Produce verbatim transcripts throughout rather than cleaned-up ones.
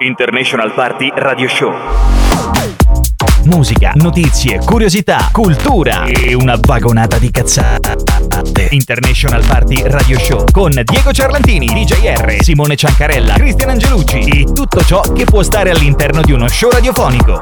International Party Radio Show. Musica, notizie, curiosità, cultura e una vagonata di cazzate. International Party Radio Show con Diego Ciarlantini, D J R, Simone Ciancarella, Cristian Angelucci e tutto ciò che può stare all'interno di uno show radiofonico.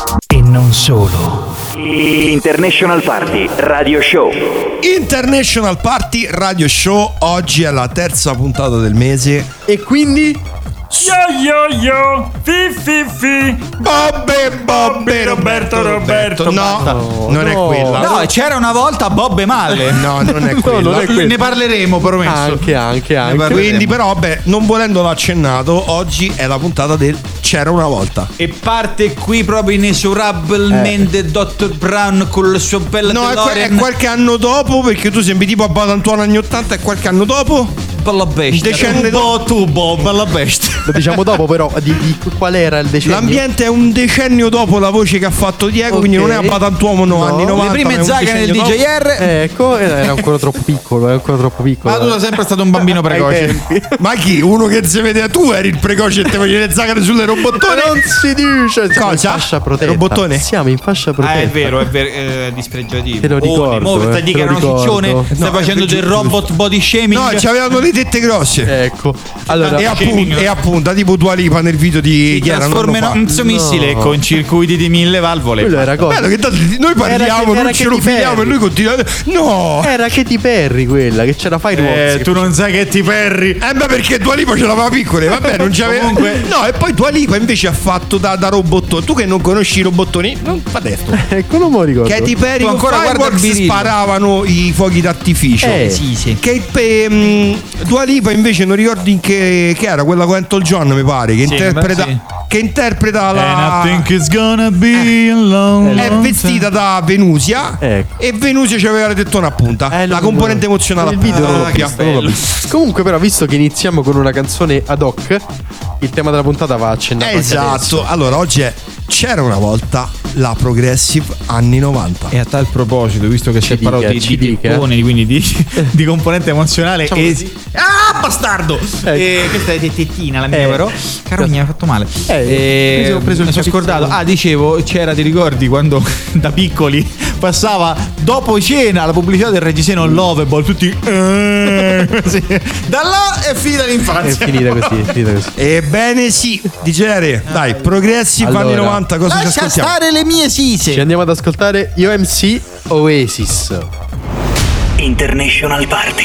E non solo. International Party Radio Show. International Party Radio Show. Oggi è la terza puntata del mese e quindi Yo yo yo, fi fi fi, Bobbe Bobbe Roberto Roberto. No, no, non è quella. No, c'era una volta Bobbe Male. No, non è quella. No, non è quella. Ne parleremo, promesso. Anche, anche, anche. Quindi però, beh, non volendolo accennato, oggi è la puntata del C'era una volta. E parte qui proprio inesorabilmente eh. dottor Brown con la sua bella No, è, que- è qualche anno dopo, perché tu sembri tipo a Batantuono anni ottanta, è qualche anno dopo. Bella bestia. Decennio dopo tu, Bob, bella bestia. Lo diciamo dopo, però di, di qual era il decennio? L'ambiente è un decennio dopo la voce che ha fatto Diego, okay. Quindi non è a Batantuono no, anni novanta. Le prime zaghe del D J R eh, ecco, era ancora troppo piccolo, è ancora troppo piccolo. Ma tu sei sempre stato un bambino precoce. Ma chi? Uno che si vede, tu eri il precoce e te facevi le zagare sulle robottone? Non si dice. Cosa? In fascia protetta. Robottone? Siamo in fascia protetta. Ah, è vero, è vero, eh, dispregiativo. Te lo ricordo. Oh, eh, di che era una ciccione. Stai no, facendo del robot body shaming. No, c'avevano le tette grosse. Ecco, allora e, appunto, e appunto tipo Dua Lipa nel video di si trasformerà in un suo missile no. con circuiti di mille valvole. Quello era cosa. Bello che tanto noi parliamo, non ce lo finiamo e lui continua. No, era Katy Perry quella che c'era Fireworks. Eh, tu non sai Katy Perry. Eh beh, perché Dua Lipa ce l'aveva piccole. Vabbè, non c'aveva. Comunque... No, e poi Dua Lipa invece ha fatto da, da robottone. Tu che non conosci i robottoni, non fa detto. Ecco, non me lo ricordo. Katy Perry con ancora Fireworks sparavano i fuochi d'artificio. Eh, sì, sì. Che um, Dua Lipa invece non ricordi in che che era quella con Elton John, mi pare, che sì, interpreta sì. che interpreta la And I think it's gonna be a long, è long vestita da Venusia ecco. E Venusia c'aveva la tettona a punta, eh, la componente no. emozionale. Il video ah, non l'ho visto, non l'ho visto. Comunque però visto che iniziamo con una canzone ad hoc, il tema della puntata va accennato. Esatto. Allora oggi è C'era una volta la Progressive anni novanta. E a tal proposito, visto che ci si è parlato di, di tettone, quindi di, di componente emozionale diciamo e... Ah, bastardo! Ecco. E questa è tettina la mia, eh. però caro, mi ha fatto male. Eh, e... preso, preso mi sono scordato. Ah, dicevo, c'era, ti ricordi quando da piccoli passava dopo cena la pubblicità del reggiseno Lovable, tutti eh, sì. Da là è finita l'infanzia. È finita così, è finita così. Ebbene sì, dicere, dai, Progressive allora, anni novanta, cosa lascia ci ascoltiamo? stare le mie sise. Ci andiamo ad ascoltare O M C Oasis. International Party.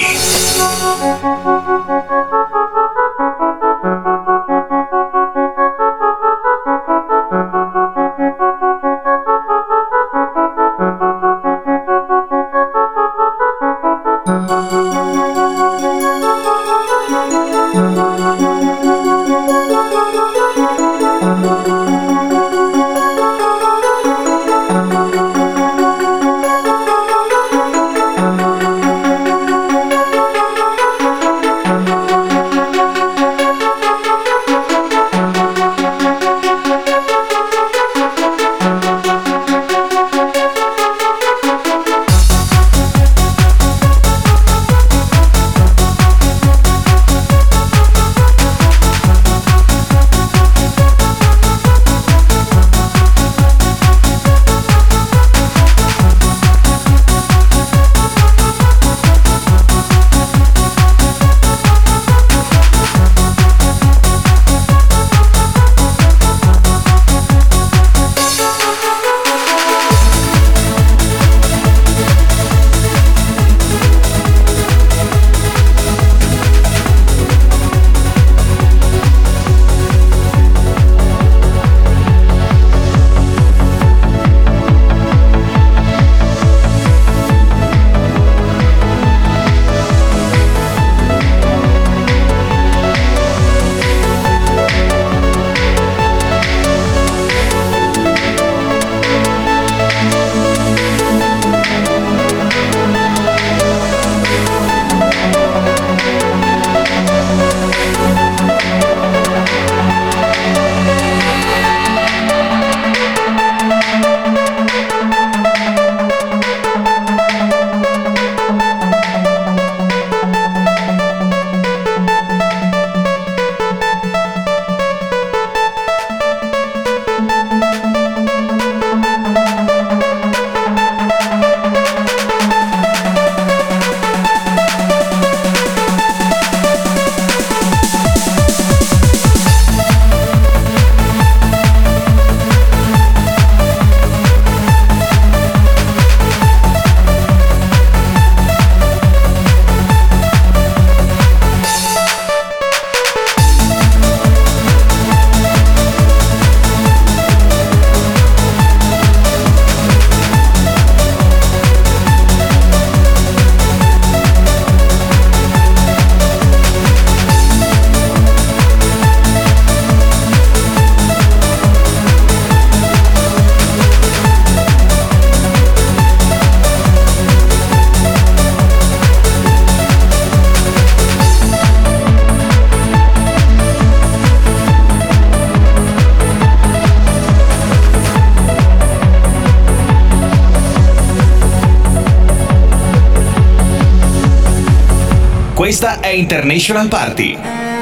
Questa è International Party.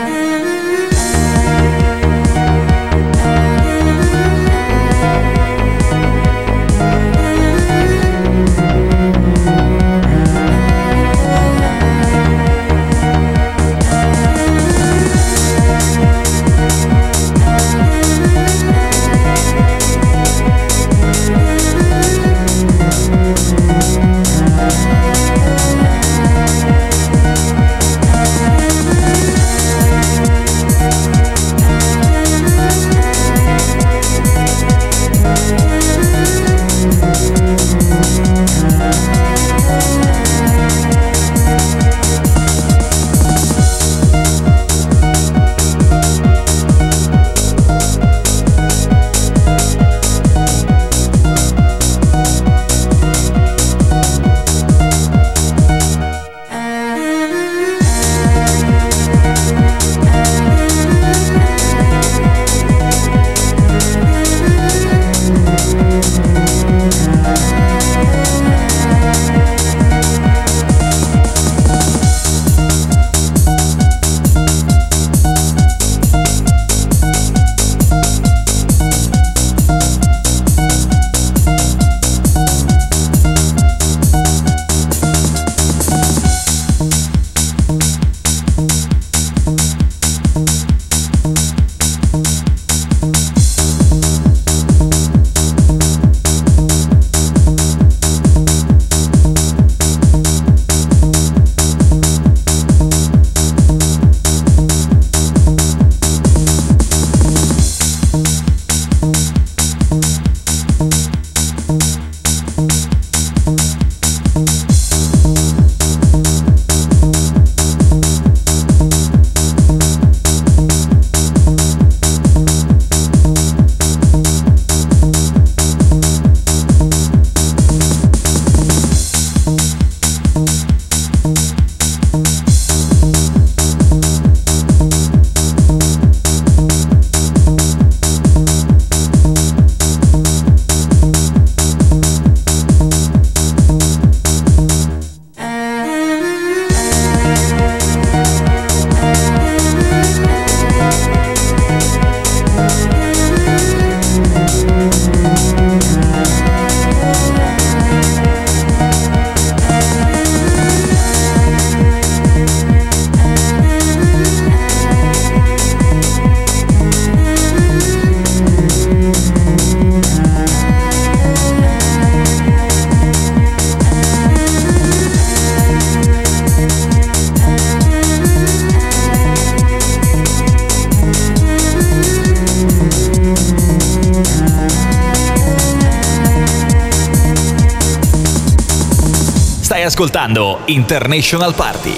Stai ascoltando International Party.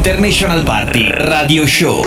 International Party Radio Show.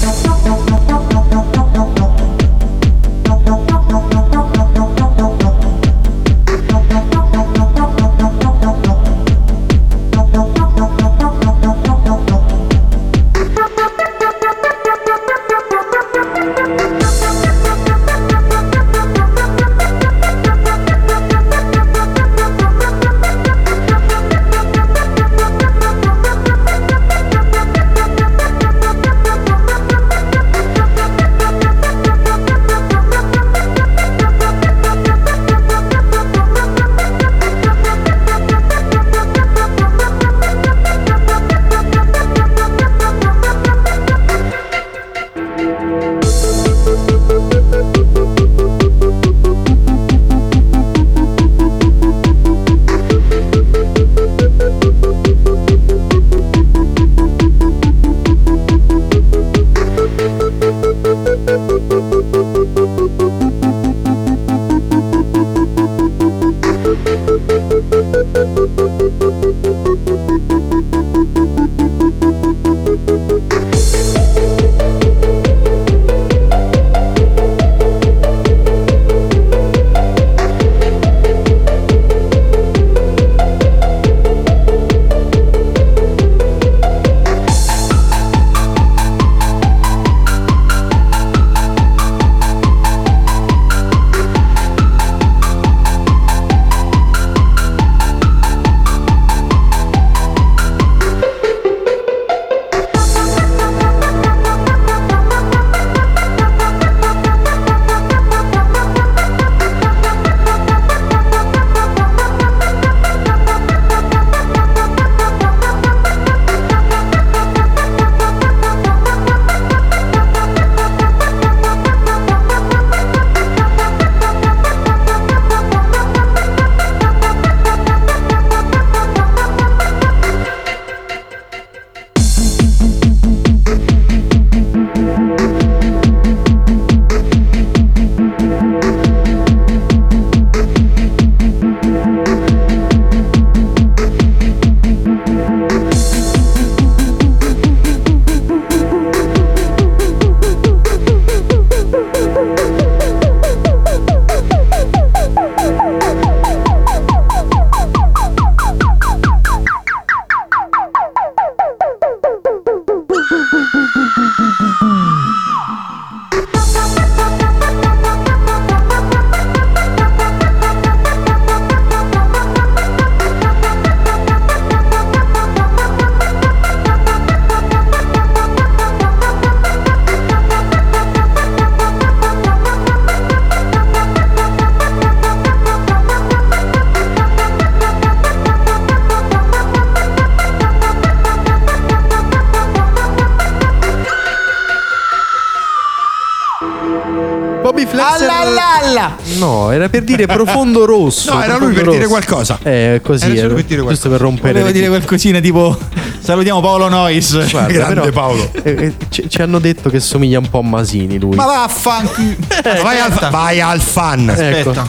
Bobby Flex alla, alla, alla. No, era per dire profondo rosso. No, era profondo lui per rosso. dire qualcosa. Eh, così, Era solo era, per dire giusto qualcosa. per rompere. Volevo dire qualcosina tipo salutiamo Paolo Nois. Guarda, Grande però, Paolo. eh, eh, ci, ci hanno detto che somiglia un po' a Masini lui. Ma vaffanculo. Vai al, vai al fan. Ecco. Aspetta.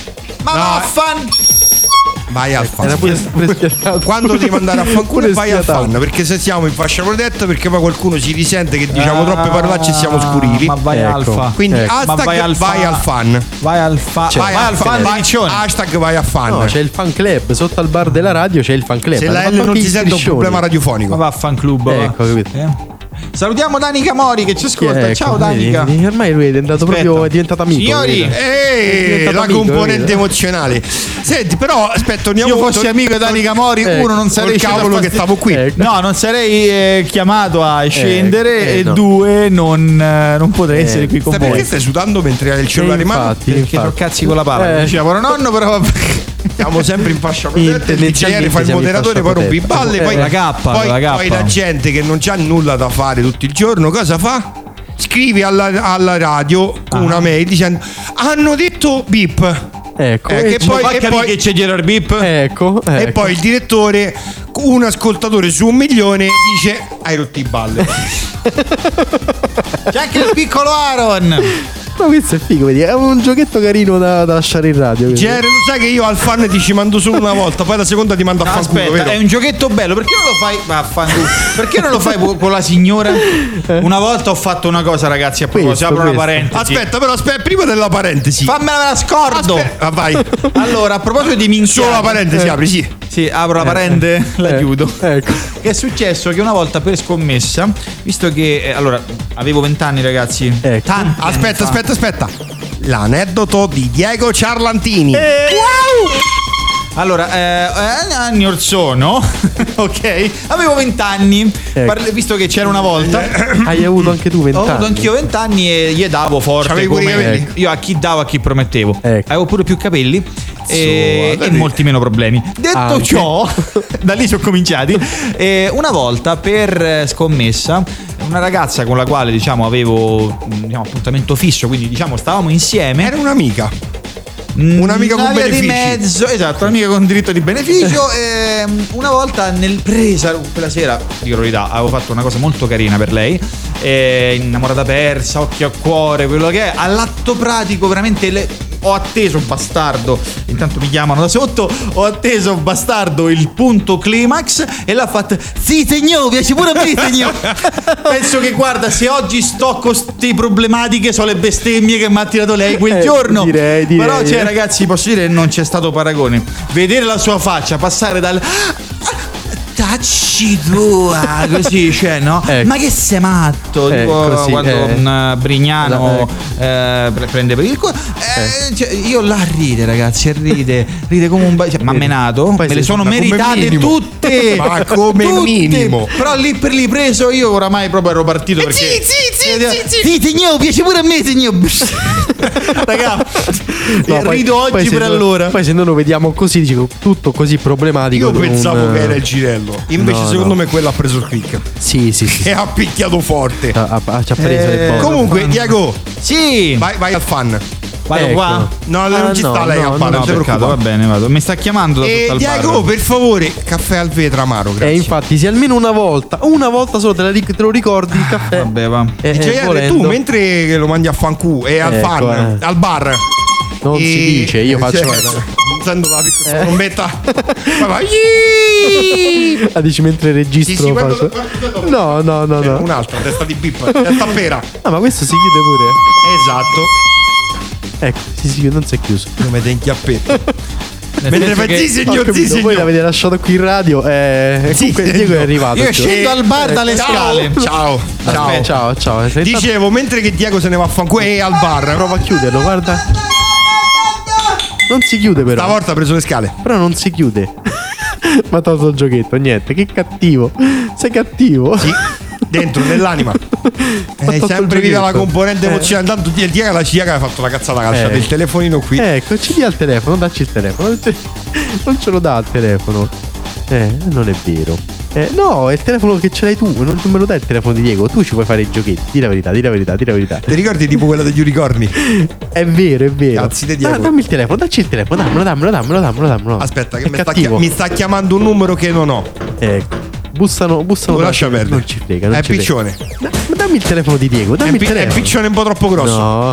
Ma No, vaffan. Vai al fan. Era pure, pure spietato. Quando devi mandare a fanculo Pure vai al spietato. fan, perché se siamo in fascia protetta, perché poi qualcuno si risente che diciamo troppe parolacce e siamo scurili. Ma vai Ecco. alfa. Quindi Ecco. hashtag Ma vai al vai fa- al fan. Vai al fa. Cioè, vai, Vai al fan vai- di Riccione. hashtag vai al fan. No, c'è il fan club sotto al bar della radio, c'è il fan club. Se Hanno la fatto L non anche ti gli sente un striscioni. problema Ma radiofonico. vaffan club. Ecco, capito. Eh. Salutiamo Danica Mori che ci ascolta. Ecco, Ciao vedi, Danica. vedi, ormai lui è diventato Aspetta. proprio è diventato amico. Signori, capito? È Ehi, diventato la amico, componente capito? emozionale. Senti, però aspetta, Se torniamo io fossi amico di Danica Mori, Ecco. uno non sarei col riuscito a cavolo far- che stavo qui. Ecco. No, non sarei eh, chiamato a scendere eh, e no. due non, eh, non potrei Eh, essere qui con Stai- voi. perché stai sudando mentre hai il cellulare in mano? infatti, Perché infatti. ho cazzi con la palla. Eh. Diceva povero nonno, però vabbè. Siamo sempre in fascia protetta. Il D J R Tendenzialmente fa il siamo in moderatore, fascia poi rompi protetta. balle. Eh, Poi la K, poi, la K. poi la gente che non c'ha nulla da fare tutto il giorno, cosa fa? Scrivi alla, alla radio una mail dicendo hanno detto beep. Ecco, Eh, e, che poi, Poi e poi- che c'è Gerard Beep. ecco, e ecco. poi il direttore, un ascoltatore su un milione, dice hai rotto i balle. C'è anche il piccolo Aaron. Ma questo è figo, vedi? È un giochetto carino da, da lasciare in radio. Jerry, lo sai che io al fan ti ci mando solo una volta, poi la seconda ti mando a No, fanculo, aspetta, vero? è un giochetto bello, perché non lo fai? Vaffanculo. Perché non lo fai con la signora? Una volta ho fatto una cosa, ragazzi, a proposito, Questo, apro una questo. parentesi. Aspetta, però aspetta, prima della parentesi. Fammela, me la scordo. Aspetta, ah, vai. Allora, a proposito di minchiate. Solo la parentesi, apri, sì. Sì, apro la parente, la Eh, chiudo. ecco. Che è successo che una volta per scommessa, visto che eh, allora avevo vent'anni, ragazzi. Ecco. Tanti anni Aspetta, fa. aspetta, aspetta. L'aneddoto di Diego Ciarlantini. Allora, eh, anni or sono, ok? Avevo vent'anni, Ecco. Parli- visto che c'era una volta. Hai avuto anche tu Ho vent'anni? avuto anch'io vent'anni e gli davo forte. C'avevi pure i Come capelli? io a chi davo, a chi promettevo. Ecco. Avevo pure più capelli e, guarda e lì. molti meno problemi. Detto Anche. ciò, da lì sono cominciati. E una volta per eh, scommessa, una ragazza con la quale diciamo avevo un diciamo, appuntamento fisso, quindi diciamo stavamo insieme. Era un'amica. Un'amica con Una via di benefici. mezzo, esatto, un'amica con diritto di beneficio. E una volta nel presa, quella sera, dico la verità, avevo fatto una cosa molto carina per lei. E innamorata persa, occhio a cuore, quello che è. All'atto pratico, veramente le- ho atteso, bastardo. Intanto mi chiamano da sotto. Ho atteso, bastardo, il punto climax. E l'ha fatta. Sì, signor, piace pure a me, signor. Penso che, guarda, se oggi sto con queste problematiche, so le bestemmie che mi ha tirato lei quel Eh, giorno. direi, direi. Però, cioè, ragazzi, posso dire che non c'è stato paragone. Vedere la sua faccia passare dal tacci tua così, cioè, no? Ecco. Ma che sei matto? Eh, Tipo, così, quando eh. un Brignano eh, pre- prende per il culo. Eh, cioè, io là ride, ragazzi, ride, ride come un ba- cioè, m'ha menato. Poi Me le sei- sono ma come meritate minimo. tutte. Ma come Tutte. minimo. Però lì per lì preso io oramai proprio ero partito perché sì, sì, sì, Eh, sì, sì. sì, signor, piace pure a me, signor. Raga, No, poi- rido poi oggi se per no- allora. Poi se noi lo vediamo così, dico tutto così problematico. Io non- pensavo che era il girello. Invece, No, secondo no. me, quello ha preso il click. Sì, sì, sì. E ha picchiato forte. Ah, ah, ah, ci ha preso Eh, le botte. Comunque, Diego, Sì, vai, vai al fan. vado ecco. qua. No, Ah, non ci no, sta lei no, al fan, no, non ti Peccato, va preoccupare. bene, vado. Mi sta chiamando da E tutto il Diego, bar. per favore, caffè al vetro amaro, E grazie. infatti, se almeno una volta, una volta solo te, la ric- te lo ricordi il caffè. Vabbè, va. Eh, D J eh, R, volendo. tu mentre che lo mandi a fanculo e al Ecco, fan, eh. al bar. Non e- si dice, io faccio. Cioè, sento la piccola Eh. trombetta. Poi va. Ah, dici mentre registro. Sì, sì, quando- faccio- quando- No, no, no, no. Un'altra testa di bip, testa pera. Ah, ma questo si chiude pure. Esatto. Ecco, sì, sì, non si è chiuso. Come te inchiappetto. Mentre senso fai che- sì, Ho signor, capito, sì, voi signor. l'avete lasciato qui in radio. Eh, e Sì, comunque Diego è no. arrivato. Io cioè. scendo al bar dalle Ciao, scale. ciao, ciao. Aspetta, ciao, ciao. Sei intanto- Dicevo, mentre che Diego se ne va a fanculo e al bar. Prova a chiuderlo, guarda. Non si chiude però. Stavolta ha preso le scale. Però non si chiude. Ma ha tolto il giochetto, niente, che cattivo. Sei cattivo. Sì, dentro, nell'anima. Ha Eh, tolto sempre il viva la giochetto. componente Eh. emozionale. Tanto il Diego la Ciaga ha fatto la cazzata, ha lasciato Eh. il telefonino qui. Ecco, ci dia il telefono, dacci il telefono. Non ce lo dà il telefono. Eh, non è vero. Eh, no, è il telefono che ce l'hai tu, non me lo dai il telefono di Diego. Tu ci puoi fare i giochetti. Di la verità, di la verità, di la verità. Ti ricordi tipo quella degli unicorni? È vero, è vero. Cazzi di Diego. Da- dammi il telefono, dacci il telefono, dammelo, dammelo, dammelo, dammelo, dammelo. Aspetta, che È mi sta, cattivo. chia- mi sta chiamando un numero che non ho. Ecco. Bussano, bussano. Lo da- lascia perdere. Non ci frega, non È ci frega. piccione. Da- ma dammi il telefono di Diego, È, dammi un il pi- è telefono. un piccione un po' troppo grosso. No.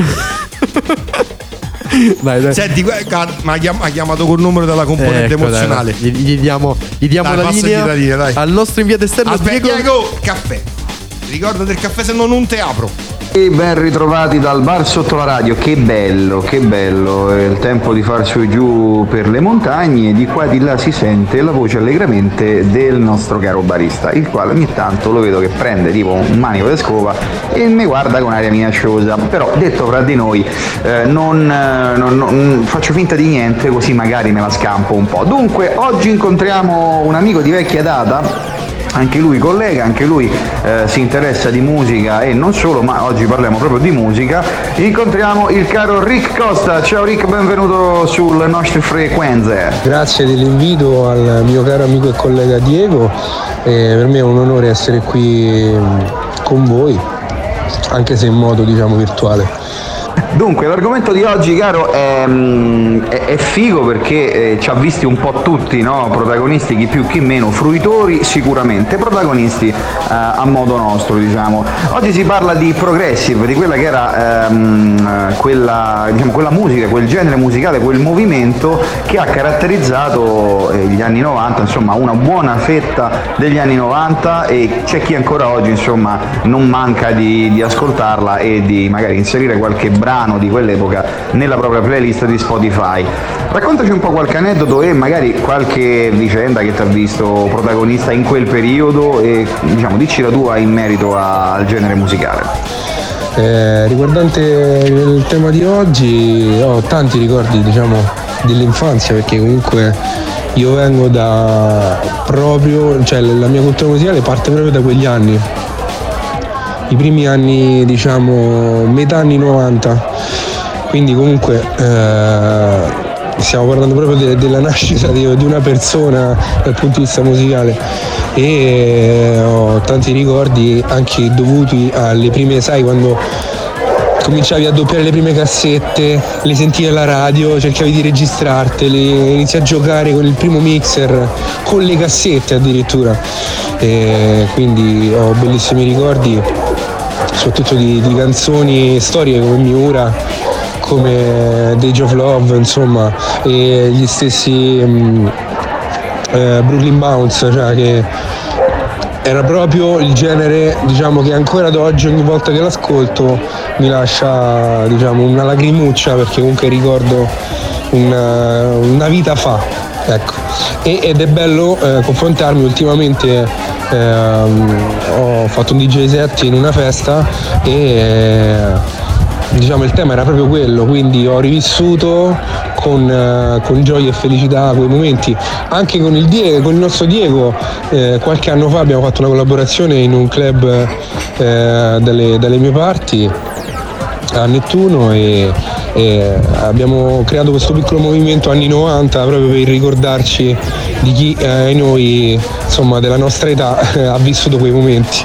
Dai, dai. Senti, mi ha chiam- ha chiamato col numero della componente Ecco, dai, emozionale. dai. Gli, gli diamo, gli diamo Dai, la, passagli linea la linea, dai. al nostro inviato esterno. Aspetta, Diego. Diego, caffè. Ricorda del caffè, se no non te apro. E ben ritrovati dal bar sotto la radio, che bello, che bello, è il tempo di far su e giù per le montagne, di qua e di là si sente la voce allegramente del nostro caro barista, il quale ogni tanto lo vedo che prende tipo un manico di scopa e mi guarda con aria minacciosa, però detto fra di noi eh, non, eh, non- non- faccio finta di niente così magari me la scampo un po'. Dunque oggi incontriamo un amico di vecchia data. Anche lui collega, anche lui eh, si interessa di musica e non solo, ma oggi parliamo proprio di musica. Incontriamo il caro Rick Costa. Ciao Rick, benvenuto sulle nostre frequenze. Grazie dell'invito al mio caro amico e collega Diego, e per me è un onore essere qui mm, con voi, anche se in modo diciamo virtuale. Dunque, l'argomento di oggi, caro, è, è, è figo perché eh, ci ha visti un po' tutti, no? Protagonisti, chi più chi meno, fruitori sicuramente, protagonisti eh, a modo nostro, diciamo. Oggi si parla di progressive, di quella che era ehm, quella, diciamo, quella musica, quel genere musicale, quel movimento che ha caratterizzato eh, gli anni novanta, insomma una buona fetta degli anni novanta, e c'è chi ancora oggi, insomma, non manca di, di ascoltarla e di magari inserire qualche brano di quell'epoca nella propria playlist di Spotify. Raccontaci un po' qualche aneddoto e magari qualche vicenda che ti ha visto protagonista in quel periodo e, diciamo, dici la tua in merito al genere musicale. Eh, riguardante il tema di oggi, ho tanti ricordi, diciamo, dell'infanzia, perché comunque io vengo da proprio, cioè la mia cultura musicale parte proprio da quegli anni, i primi anni, diciamo metà anni novanta, quindi comunque eh, stiamo parlando proprio de- della nascita di, di una persona dal punto di vista musicale, e eh, ho tanti ricordi anche dovuti alle prime, sai, quando cominciavi a doppiare le prime cassette, le sentivi alla radio, cercavi di registrartele, inizi a giocare con il primo mixer, con le cassette addirittura, e quindi ho bellissimi ricordi, soprattutto di, di canzoni, storie come Miura, come Days of Love, insomma, e gli stessi um, eh, Brooklyn Bounce, cioè che era proprio il genere, diciamo, che ancora ad oggi ogni volta che l'ascolto mi lascia, diciamo, una lacrimuccia, perché comunque ricordo una, una vita fa, ecco. E, ed è bello eh, confrontarmi ultimamente. Eh, ho fatto un D J set in una festa e eh, diciamo il tema era proprio quello, quindi ho rivissuto con, eh, con gioia e felicità quei momenti, anche con il, Diego, con il nostro Diego. Eh, qualche anno fa abbiamo fatto una collaborazione in un club eh, dalle, dalle mie parti a Nettuno, e, e abbiamo creato questo piccolo movimento anni novanta proprio per ricordarci di chi eh, noi, insomma, della nostra età ha vissuto quei momenti.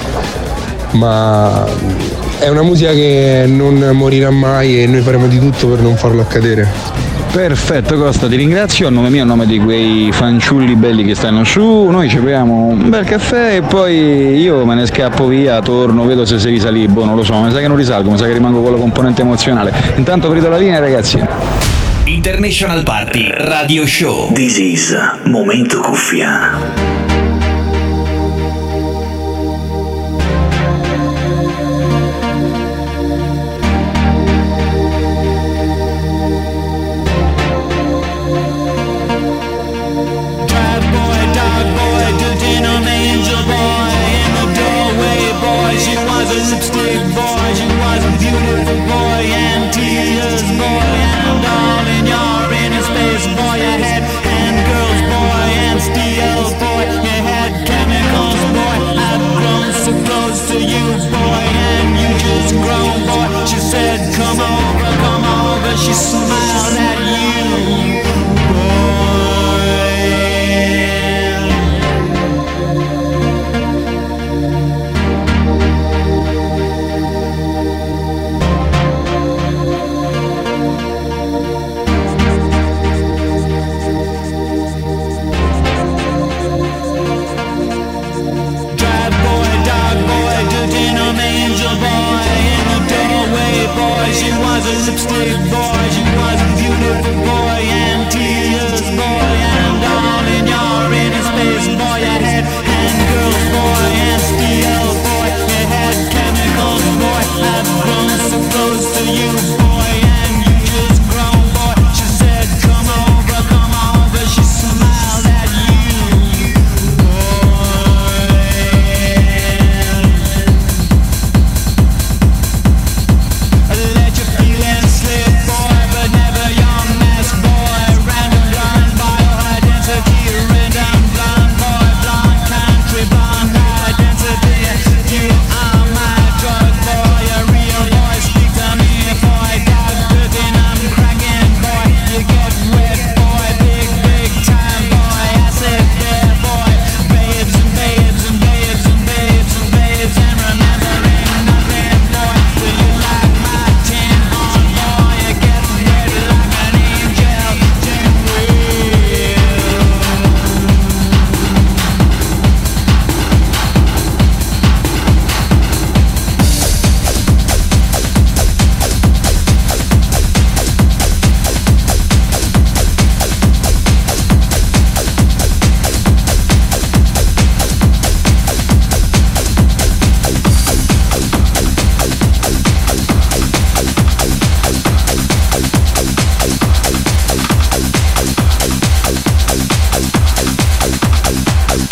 Ma è una musica che non morirà mai e noi faremo di tutto per non farlo accadere. Perfetto Costa, ti ringrazio, a nome mio, a nome di quei fanciulli belli che stanno su. Noi ci beviamo un bel caffè e poi io me ne scappo via, torno, vedo se sei risalì, boh, non lo so, mi sa che non risalgo, mi sa che rimango con la componente emozionale. Intanto aprite la linea, ragazzi. International Party Radio Show. This is Momento Cuffia. Boy, and girls, boy, and steel, boy.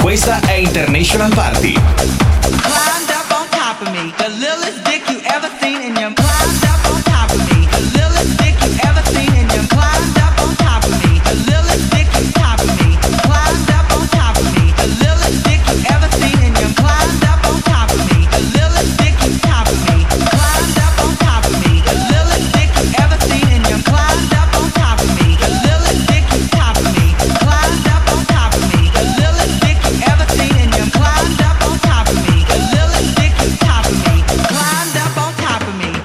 Questa è International Party. Climbed up on top of me, the littlest dick you ever seen in your. Climbed up on top of me, the littlest dick you ever seen in your. Climbed up on top of me, the littlest dick you top of me. Climbed up on top of me, the littlest dick you ever seen in your. Climbed up on top of me, the littlest dick you top of me. Climbed up on top of me, the littlest dick you ever seen in your. Climbed up on top of me, the littlest dick you top of me. Climbed up on top of me, the littlest dick you ever seen in your. Climbed up on top of me, the littlest dick you top of me. Climbed up on top of me.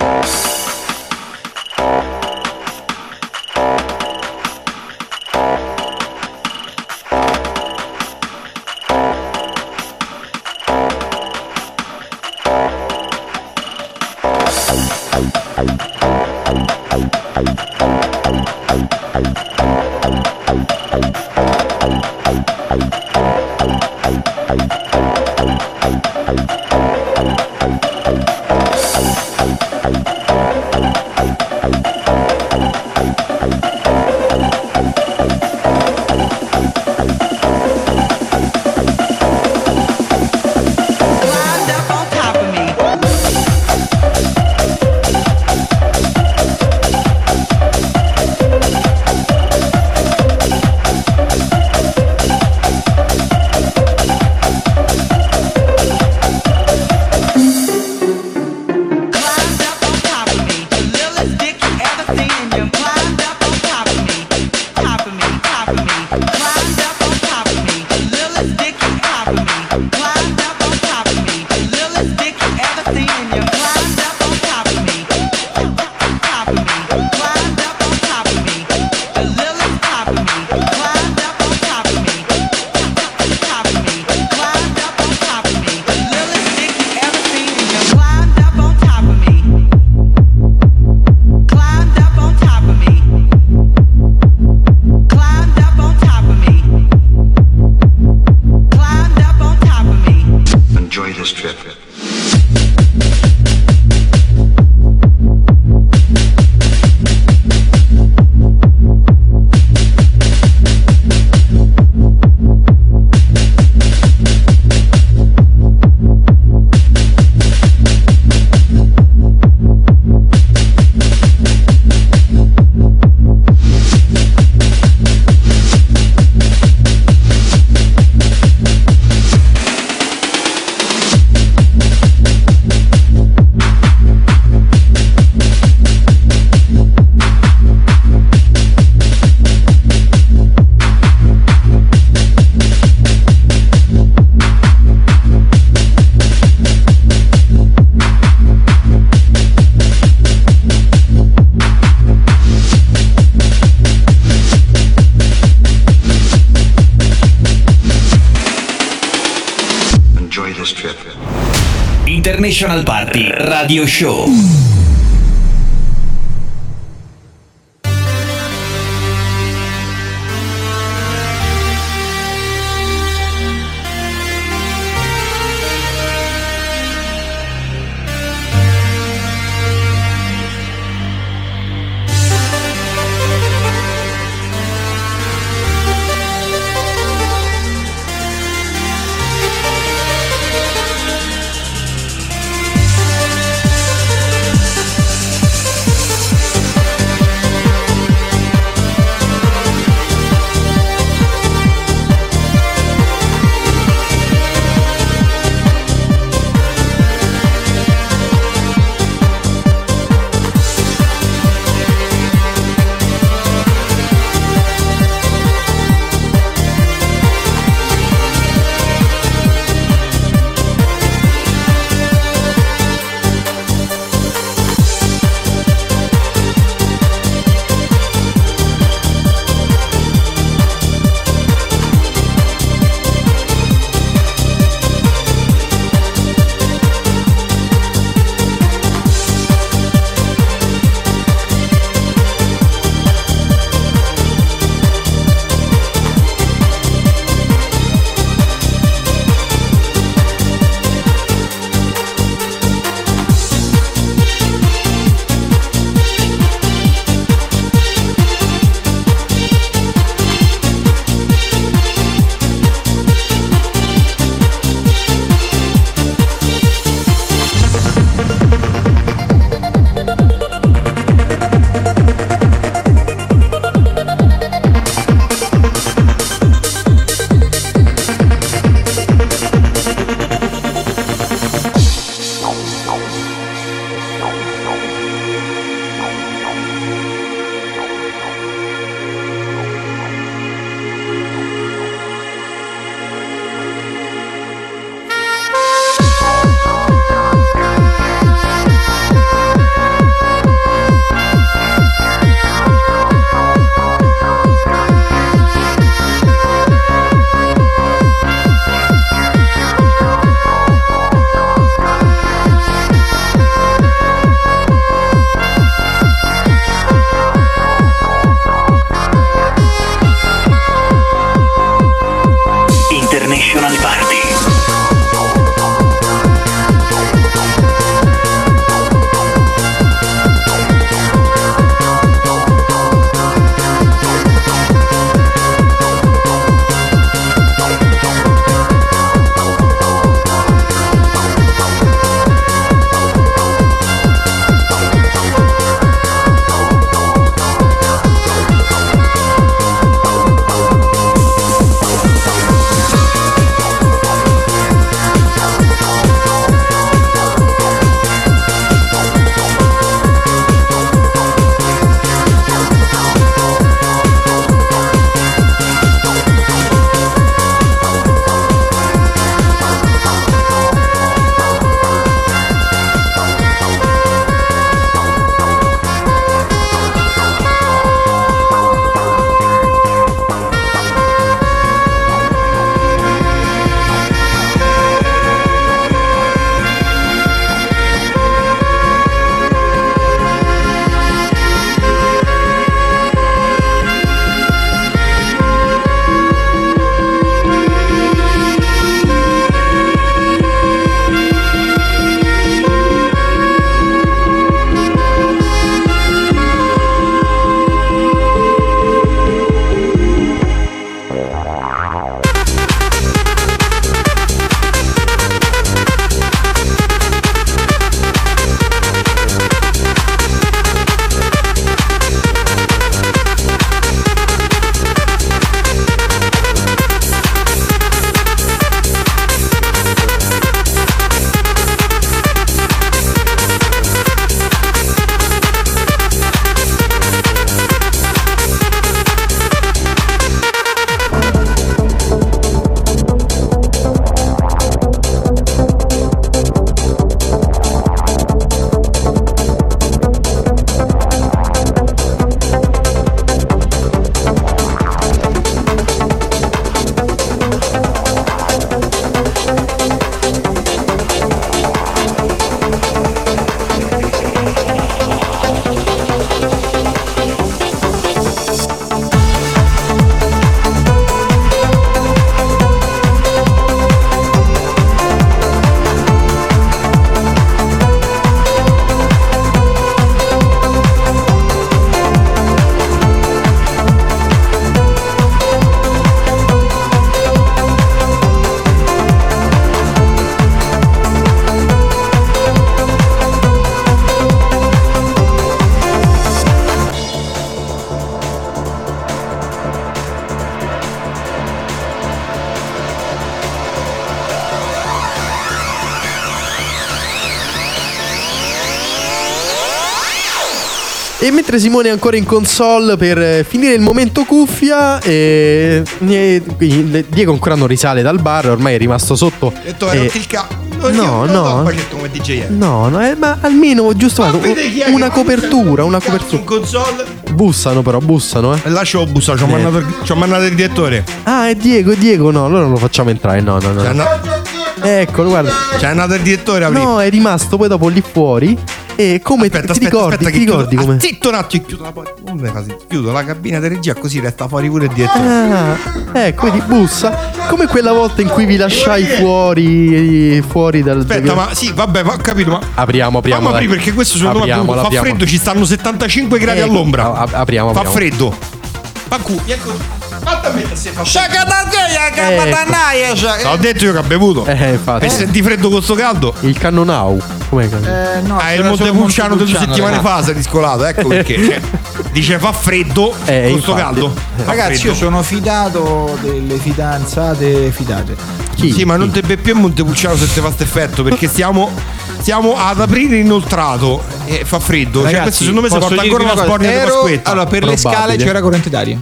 Climbed up on top of me. Climbed up on top of me, the littlest dick you ever seen in your. Climbed up on top of me, top of me, top of me. Climbed up on top of me, the littlest dick you top of me. Climbed up on top of me, the littlest dick you ever seen in your. Climbed up on top of me, top of me. Climbed up on top of me, the littlest top of me. Climbed up on top of me, top of me. Climbed up on top of me, the littlest dick you ever seen in your. Climbed up on top of me. Climbed up on top of me. Climbed up on top of me. Climbed up on top of me. Enjoy this trip. Enjoy this trip. International Party Radio Show. E mentre Simone è ancora in console per finire il momento cuffia, e, e, quindi Diego ancora non risale dal bar, ormai è rimasto sotto. E tu hai e- rotto il cazzo. No, no. come D J. No, no, eh, ma almeno giusto Ma guarda, vedi chi è una che- copertura, una Cazzo, copertura. in console. Bussano però, bussano, eh. E lascio bussa, ci ho Eh. mandato, il- ci ho mandato il direttore. Ah, è Diego, è Diego, no, allora non lo facciamo entrare, no, no, no. C'è andato, Eccolo, guarda. c'è andato il direttore a aprire. No, è rimasto poi dopo lì fuori. E come Aspetta, ti aspetta, ricordi? aspetta, ti che ricordi chiudo. come? Ah, zitto un attimo, chiudo la porta. Non mi fa zitto. Chiudo la cabina di regia così resta fuori pure il direttore. Ah, ecco, vedi, bussa. Come quella volta in cui vi lasciai fuori fuori dal Aspetta, ma sì, vabbè, ma ho capito, ma apriamo, apriamo. Fammi dai. aprire perché questo secondo me Apriamola, fa apriamo. freddo, ci stanno settantacinque gradi Ecco, all'ombra. a- a- apriamo, Fa apriamo. freddo. Pancu, ecco. Fatta a mettere se fa freddo. Ecco. L'ho detto io che ho bevuto. Eh, infatti. Per senti freddo con sto caldo. Il Cannonau. Com'è che Eh, no, Ah, è il c'era solo Montepulciano due Montepulciano, settimane ragazzi. fa, si è riscolato, ecco perché. Cioè, dice fa freddo Eh, con sto infatti. caldo. Fa Ragazzi, freddo. io sono fidato delle fidanzate fidate. Chi? Sì, ma non Chi? te be più il Montepulciano se te fa sto effetto perché stiamo, stiamo ad aprire inoltrato e fa freddo. Cioè, questo secondo me si posso porta dirvi ancora una cosa? spornia di Ero- Pasquetta. Allora, per le Probabile. scale c'era corrente d'aria.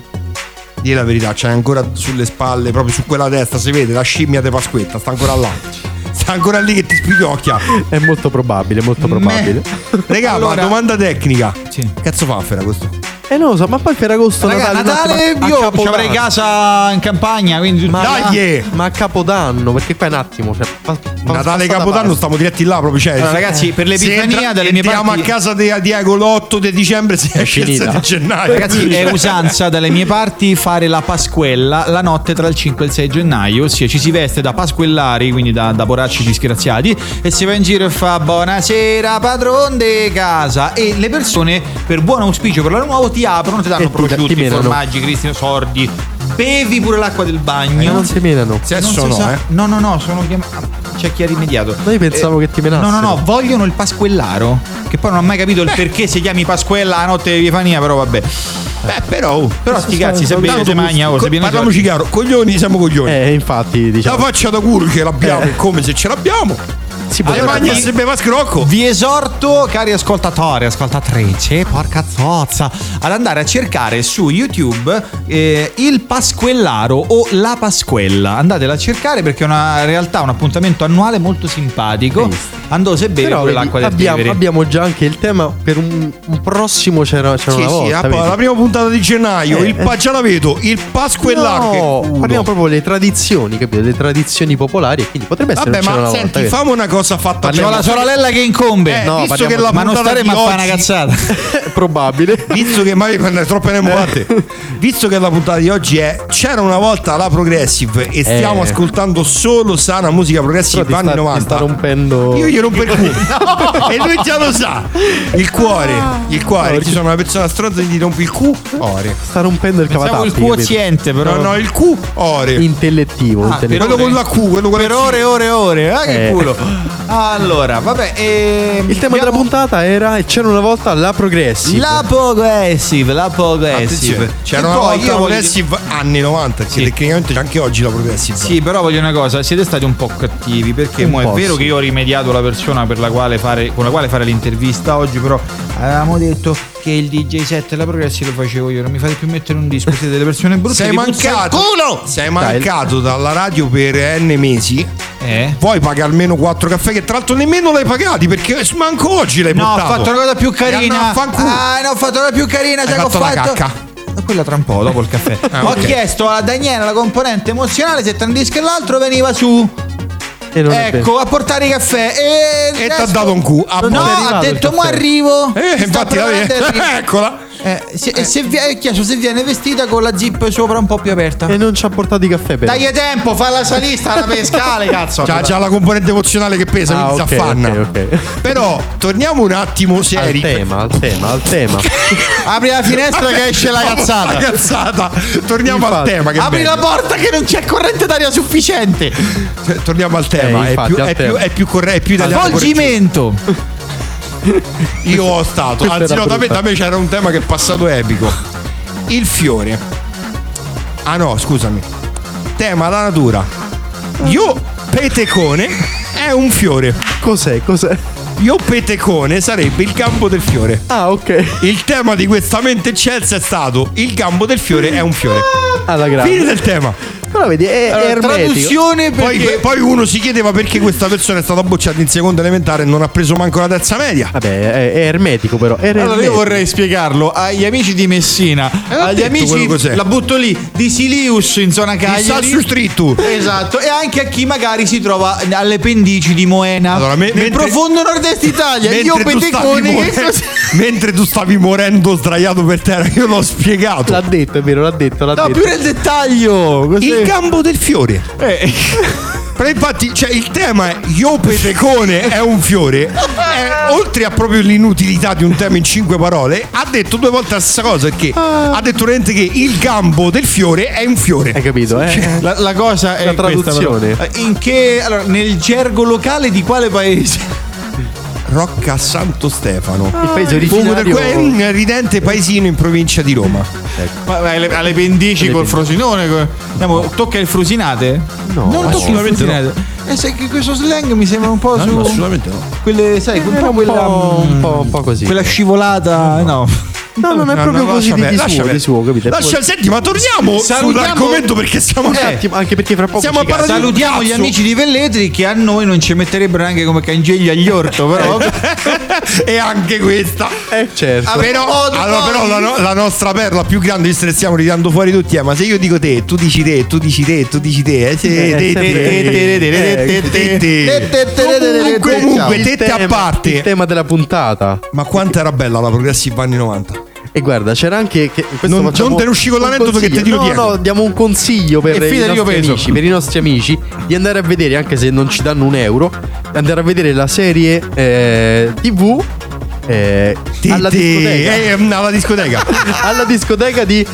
Dì la verità, c'è ancora sulle spalle, proprio su quella testa, si vede la scimmia di Pasquetta, sta ancora là. Sta ancora lì che ti spigocchia. È molto probabile, molto probabile. Regà, Allora- ma domanda tecnica. Sì. Cazzo fa Fera questo? Eh non lo so, ma poi Ferragosto Raga, Natale, Natale, un attimo, a io ci Capodanno. avrei casa in campagna, quindi Ma, Dai! ma a Capodanno, perché qua è un attimo. Cioè, fa- fa- Natale e passa la Capodanno pasta. stiamo diretti là proprio. Cioè, Allora, se- ragazzi, per se l'Epifania entra- dalle mie entriamo parti- a casa di Diego l'otto di dicembre, si esce il finita. sei di gennaio. Ragazzi, è usanza dalle mie parti fare la Pasquella la notte tra il cinque e il sei gennaio, ossia ci si veste da pasquellari, quindi da, da poracci disgraziati, e si va in giro e fa buonasera padron de casa, e le persone per buon auspicio per l'anno nuovo ti aprono, ti danno E ti- ti prosciutti, menano. formaggi, cristino, sordi, bevi pure l'acqua del Eh, bagno. non si menano. Sesso Non no, si sa- eh. No, no, no, sono chiamati. C'è chi ha rimediato. Ma io pensavo che ti menassero. No, no, no, vogliono il pasquellaro. Che poi non ho mai capito il perché si chiami Pasquella la notte di Epifania, però vabbè. Beh, però. oh, Però sti cazzi, se Tanto bevi te magna, oh, se co- viene parliamoci chiaro, coglioni siamo coglioni. Eh, infatti, La diciamo. faccia da culo che l'abbiamo, Eh. come se ce l'abbiamo. Si può Le magna se beva scrocco. Vi esorto, cari ascoltatori, ascoltatrici, porca zozza, ad andare a cercare su YouTube eh, il Pasquellaro o la Pasquella. Andatela a cercare perché è una realtà, un appuntamento annuale molto simpatico. Andò se beve Però pure vedi, l'acqua del abbiamo, Tevere. abbiamo già anche il tema per un, un prossimo c'era, c'era Sì, una sì, volta. ah, poi vedi? la prima puntata di gennaio, Eh, il eh. pa- già la vedo, il Pasquellaro. No, che culo. parliamo proprio delle tradizioni, capito? Le tradizioni popolari, e quindi potrebbe essere Vabbè, c'era ma una senti, volta. che- fammi una cosa fatta C'ho la bene. sorella che incombe. Eh, No, visto parliamo che la di- ma non puntata staremo di a fare una oggi- cazzata. Probabile. Visto che mai è troppo ne muovate. Visto che la puntata di oggi è C'era una volta la Progressive e stiamo Eh. ascoltando solo sana musica progressive Però ti anni sta- ti novanta. sta rompendo. Io gli rompo il culo. E lui già lo sa. Il cuore, il cuore. Ci sono una persona stronza e gli rompi il cu. Ore. Sta rompendo il Pensavo cavatappi. il capito? quoziente, però. No, no, il cu. Ore. Intellettivo, Ah, intellettivo. Quello con la Q, quello con la Per C. ore, ore, ore. Ah, che Eh. culo. Allora, vabbè. ehm, Il tema della abbiamo- puntata era e c'era una volta la progressive. La progressive, la progressive. Attenzione, c'era E una poi volta io la voglio- progressive anni novanta, che Sì. tecnicamente c'è anche oggi la progressive. Sì, però voglio una cosa, siete stati un po' cattivi perché Un mo è po', vero sì. che io ho rimediato la persona per la quale fare, con la quale fare l'intervista oggi, però avevamo detto che il D J set e la progressive lo facevo io, non mi fate più mettere un disco, siete delle persone brutte. Sei vi puzza il mancato, culo! sei mancato dalla radio per N mesi. Eh? Poi paga almeno quattro caffè, che tra l'altro nemmeno l'hai pagati perché manco oggi l'hai No, ho portato. fatto una cosa più E andò carina. a fanculo. Ah, no, ho fatto una cosa più carina, Hai già che ho fatto la fatto. cacca. Ma quella tra un po', dopo il caffè. Ah, Ho ok. chiesto a Daniela, la componente emozionale, se tra un disco e l'altro veniva su. E non è Ecco, a portare i caffè. E, E ti ha dato un cu. A No, botte. è arrivato ha il detto, mo caffè." arrivo. Eh, Sta infatti la provando vedi. a arri- Eccola. Eh, se, e se vi- ho chiesto se viene vestita con la zip sopra un po' più aperta. E non ci ha portato i caffè per. Dai tempo, fa la salista, la pescale, cazzo. C'ha, c'ha la componente emozionale che pesa, Ah, quindi ok, si affanna. ok, ok. Però torniamo un attimo Al seri. tema, al tema, al tema. Apri la finestra che esce la La cazzata. cazzata. Torniamo al Infatti. tema. Che Apri bello. la porta che non c'è corrente d'aria sufficiente. Cioè, torniamo al tema. Eh, è, infatti, più, al è, tema. più, è più corretto, è più italiano. Svolgimento. Io ho stato. Questa Anzi, era no, da me, brutta. da me c'era un tema che è passato epico. Il fiore. Ah no, scusami. Tema la natura. Io, petecone, è un fiore. Cos'è? Cos'è? Io Petecone sarebbe il gambo del fiore. Ah, ok. Il tema di questa mente eccelsa è stato il gambo del fiore è un fiore. Alla grande. Fine del tema. Però vedi, è, Allora, è ermetico. traduzione Poi, perché poi uno si chiedeva perché questa persona è stata bocciata in seconda elementare e non ha preso manco la terza media. Vabbè, è, è ermetico però. È allora ermetico. io vorrei spiegarlo agli amici di Messina, ho agli detto quello amici, cos'è. la butto lì, di Silius in zona Cagliari. Chissà su Strittu. Esatto, e anche a chi magari si trova alle pendici di Moena, Allora, me- nel mentre- profondo nord-est Italia. Io Mentre tu, stavi Petecone che more- mentre tu stavi morendo sdraiato per terra, io l'ho spiegato. L'ha detto, è vero, l'ha detto, l'ha no, detto. più nel dettaglio. Così. Il gambo del fiore. Eh. Però infatti, cioè, il tema è io Petecone è un fiore. Eh, oltre a proprio l'inutilità di un tema in cinque parole, ha detto due volte la stessa cosa. Perché ha detto veramente che il gambo del fiore è un fiore. Hai capito, eh? La, la cosa è La traduzione. questa, però. In che allora, nel gergo locale di quale paese? Rocca Santo Stefano. Il paese Comunque originario. è un ridente paesino in provincia di Roma. Ma- ma alle, alle pendici Alle col pendici. Frosinone. co- Andiamo, tocca il Frusinate? No, non tocca il assolutamente Frusinate. Eh, sai che questo slang mi sembra un po' su. assolutamente no. Quelle, sai, un Era po' un quella. po', un mm, po', un po' così. Quella scivolata. No. No, non è No, proprio no, così lascia di, di perdere, suo, lascia di suo, capite? Lascia, senti, ma torniamo Salutiamo- sull'argomento perché siamo Un attimo, anche perché fra poco Siamo ci a parlare- cazzo. Salutiamo gli cazzo. amici di Velletri che a noi non ci metterebbero neanche come cangeli agli orto, però. e anche questa. Eh, certo. Ah, però, Oh, allora, però la, no- la nostra perla più grande, visto che stiamo ridando fuori tutti, è ma se io dico te, tu dici te, tu dici te, tu dici te, eh, se- Eh, te, sempre- te, te, te, te. Comunque, comunque, Il tette a tema- Il parte. tema della puntata. Ma quanto era bella la Progressive anni novanta? E guarda, c'era anche che questo Non- facciamo non te ne usci con un l'aneddoto che consiglio. ti tiro no, dietro. no, diamo un consiglio per E i Federico nostri Peso. amici, per i nostri amici di andare a vedere, anche se non ci danno un euro, andare a vedere la serie eh, tivù eh, Te, alla te, discoteca. eh, alla discoteca. alla discoteca di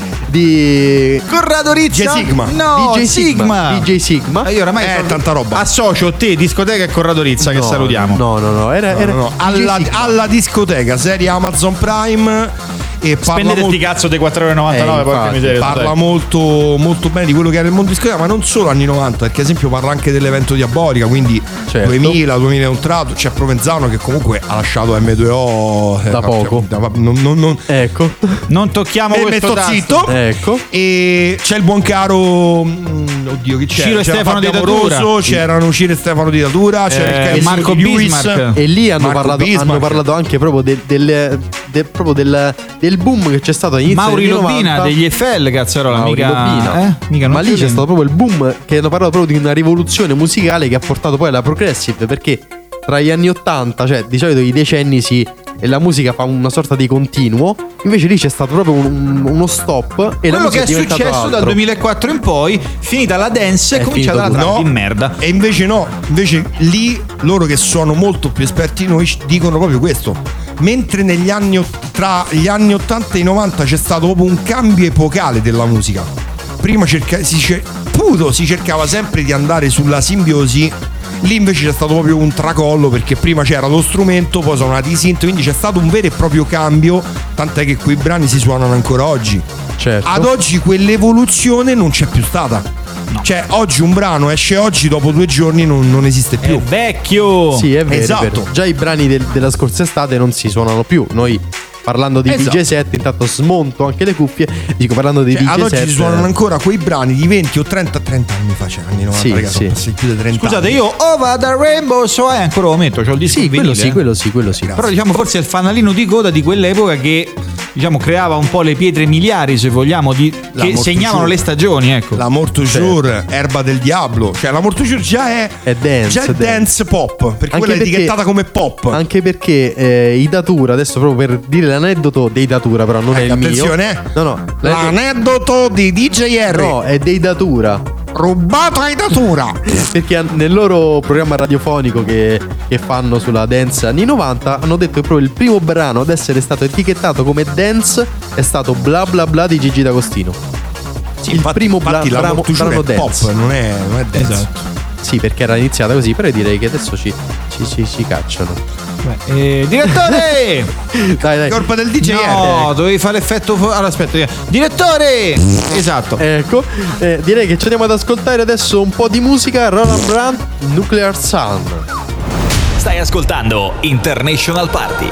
di Corrado Rizza? J Sigma. No, D J Sigma. D J Sigma. Ma io oramai Eh, sono- tanta roba. Associo te, discoteca e Corrado Rizza che No, salutiamo. No, no, no, era, No, era no, no. D J Alla, Sigma. alla discoteca, serie Amazon Prime. E parla Spendete molto, sti cazzo dei quattro euro e novantanove, Eh, porca infatti, miseria. parla dai. molto, molto bene di quello che era il mondo discoteca, ma non solo anni novanta, perché ad esempio parla anche dell'evento Diabolica, quindi Certo. duemila, duemila e un tratto. C'è Provenzano che comunque ha lasciato M due O Da poco. da- non, non, non, Ecco. Non tocchiamo e questo metto tasto. zitto. Ecco. E c'è il buon caro mm, oddio, chi c'era? Ciro e C'era Stefano Fabio di Datura. Amoroso, c'erano Ciro e Stefano di Datura, c'era Eh, il carissimo Marco di Lewis. Bismarck. E lì hanno Marco parlato, Bismarck. hanno parlato anche proprio del, del, del- proprio del, del boom che c'è stato all'inizio Mauri degli Lobina novanta. degli Eiffel, cazzarola, Mauri mica, Lobina. eh? mica non Ma lì credi? c'è stato proprio il boom che hanno parlato proprio di una rivoluzione musicale che ha portato poi alla progressive, perché tra gli anni ottanta, cioè di solito i decenni si e la musica fa una sorta di continuo, invece lì c'è stato proprio un- uno stop e la Quello musica che è diventato successo altro. dal duemilaquattro in poi, finita la dance, è È cominciata la finito trap No, di merda. E invece no, invece lì loro che sono molto più esperti di noi ci dicono proprio questo. Mentre negli anni ott- tra gli anni ottanta e i novanta c'è stato proprio un cambio epocale della musica. Prima cerca- si, cer- puto, si cercava sempre di andare sulla simbiosi. Lì invece c'è stato proprio un tracollo, perché prima c'era lo strumento, poi sono nati i synth, quindi c'è stato un vero e proprio cambio, tant'è che quei brani si suonano ancora oggi. Certo. Ad oggi quell'evoluzione non c'è più stata. Cioè oggi un brano esce oggi, dopo due giorni non, non esiste È più. vecchio. Sì, è vero, Esatto. è vero. Già i brani del- della scorsa estate non si suonano più. Noi parlando di Esatto. D J set, intanto smonto anche le cuffie. Dico parlando di Cioè, ad D J oggi set. si suonano ancora quei brani di venti o trenta trenta anni fa, cioè anni novanta, Sì, ragazzi, sì. sono passati più di trenta Scusate, anni. io oh vado a Rainbow, so eh, ancora lo metto, c'ho il disco Sì, in quello vinile, sì, eh. quello sì, quello sì. Grazie. Però diciamo forse è il fanalino di coda di quell'epoca che diciamo creava un po' le pietre miliari, se vogliamo, di, La che Morto segnavano Jour. le stagioni, ecco. La Morto Jour, Erba del Diablo, cioè la Morto Jour già è, È dance, già è dance. dance pop, perché Anche quella è perché- etichettata come pop. Anche perché eh, i Datura, adesso proprio per dire l'aneddoto dei Datura, però non Eh, è il attenzione, eh. mio. No, no. l'aneddoto- L'aneddoto di D J R, No, è dei Datura. rubato ai Datura. Perché han- nel loro programma radiofonico che, che fanno sulla dance anni novanta hanno detto che proprio il primo brano ad essere stato etichettato come dance è stato Bla Bla Bla di Gigi D'Agostino. Sì, il infatti- primo infatti bla- la brano, Morto Jour brano è dance. pop, non è, non è dance. Esatto. Sì, perché era iniziata così, però direi che adesso ci, ci, ci, ci cacciano. Eh, direttore! Dai, dai. Colpa del D J R. No, dovevi fare l'effetto. fo- Allora, aspetta, direttore! Esatto. Ecco, eh, direi che ci andiamo ad ascoltare adesso un po' di musica. Roland Brandt, Nuclear Sun. Stai ascoltando International Party.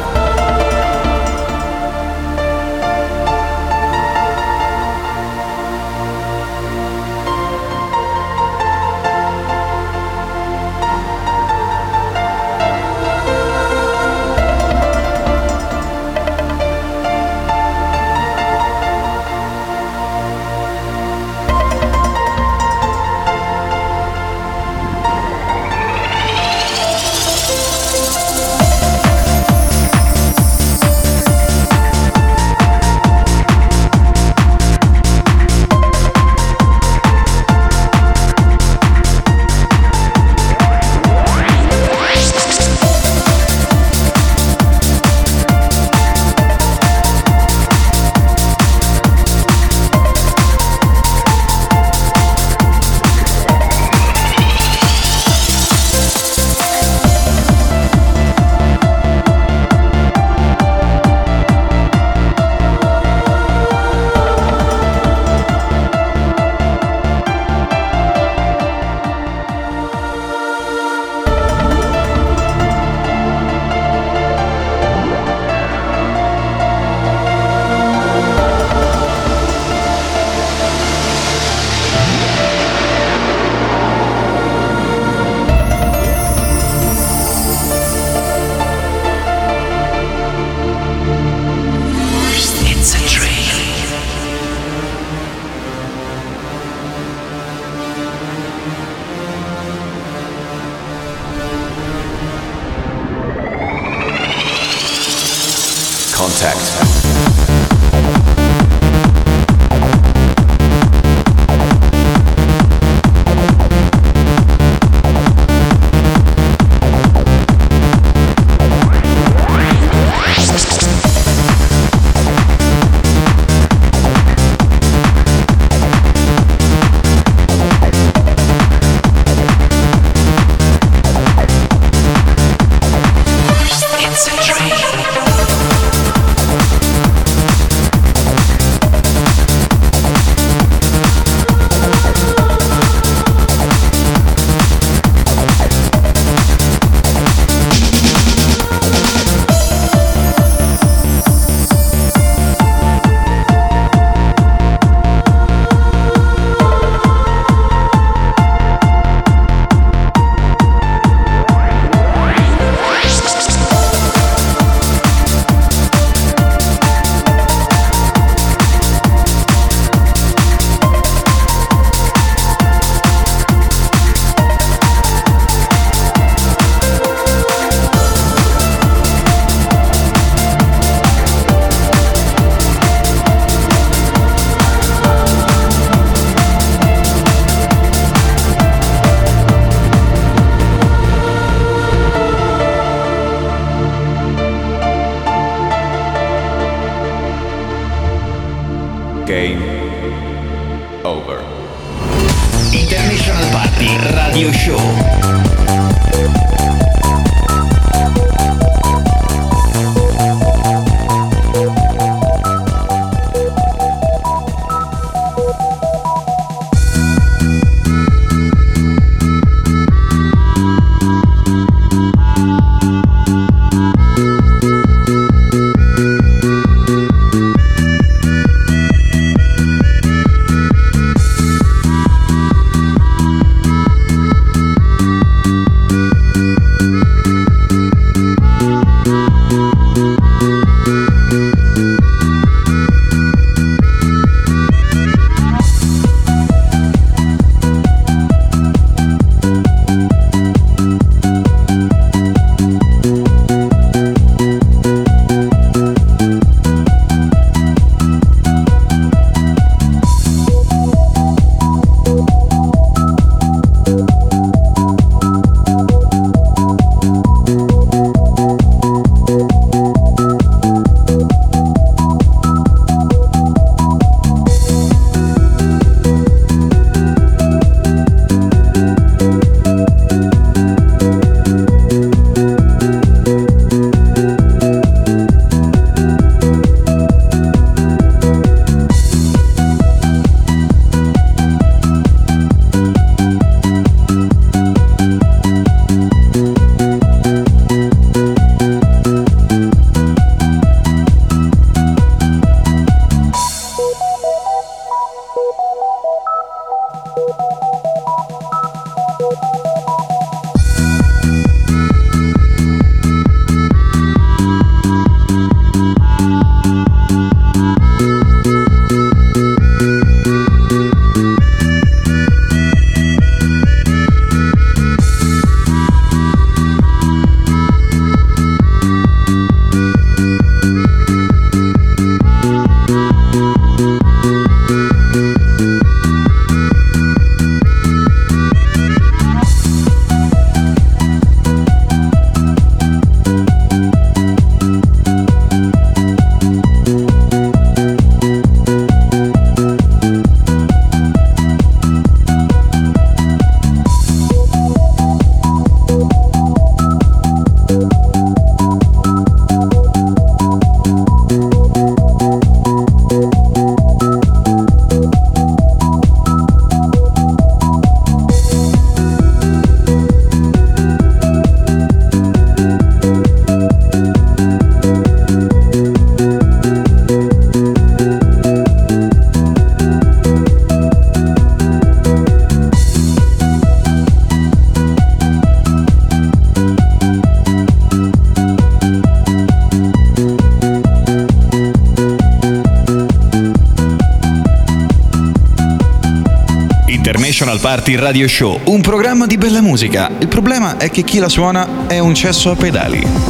Game over. International Party Radio Show. International Party Radio Show, un programma di bella musica. Il problema è che chi la suona è un cesso a pedali.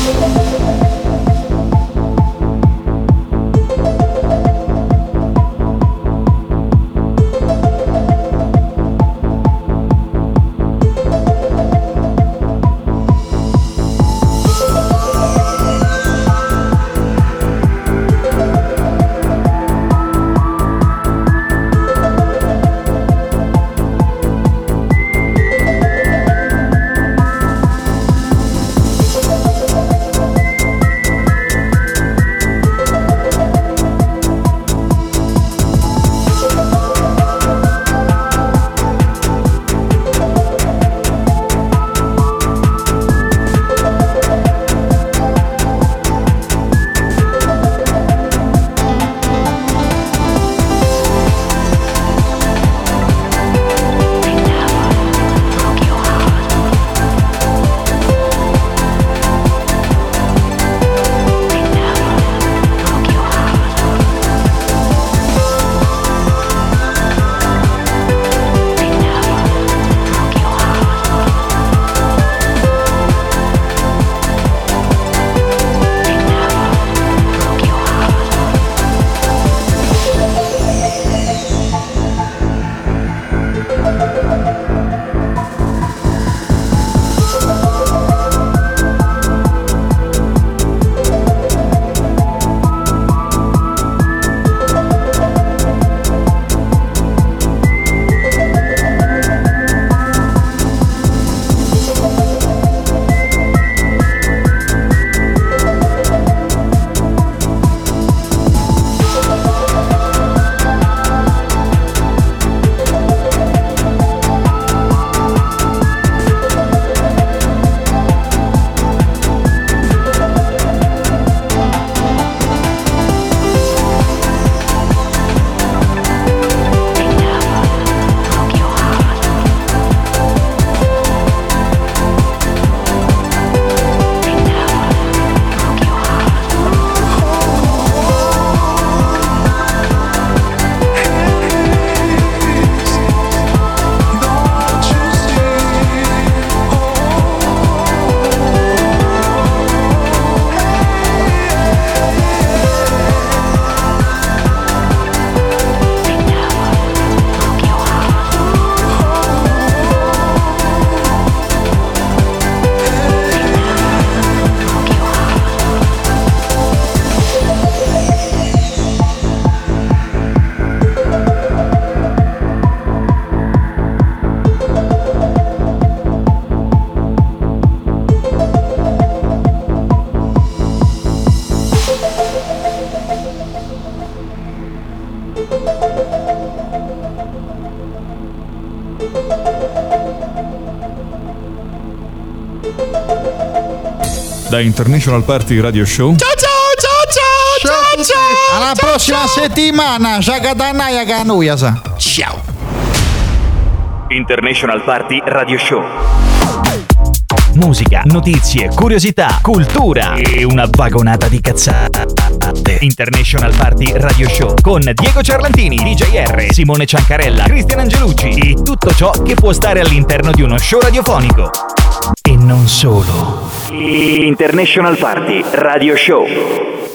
Da International Party Radio Show. Ciao ciao ciao ciao ciao ciao. Alla ciao, prossima ciao. settimana. Shakatanaya Kanuyasa. Ciao. International Party Radio Show. Musica, notizie, curiosità, cultura e una vagonata di cazzate. International Party Radio Show con Diego Ciarlantini, D J R, Simone Ciancarella, Cristian Angelucci e tutto ciò che può stare all'interno di uno show radiofonico. E non solo. International Party Radio Show.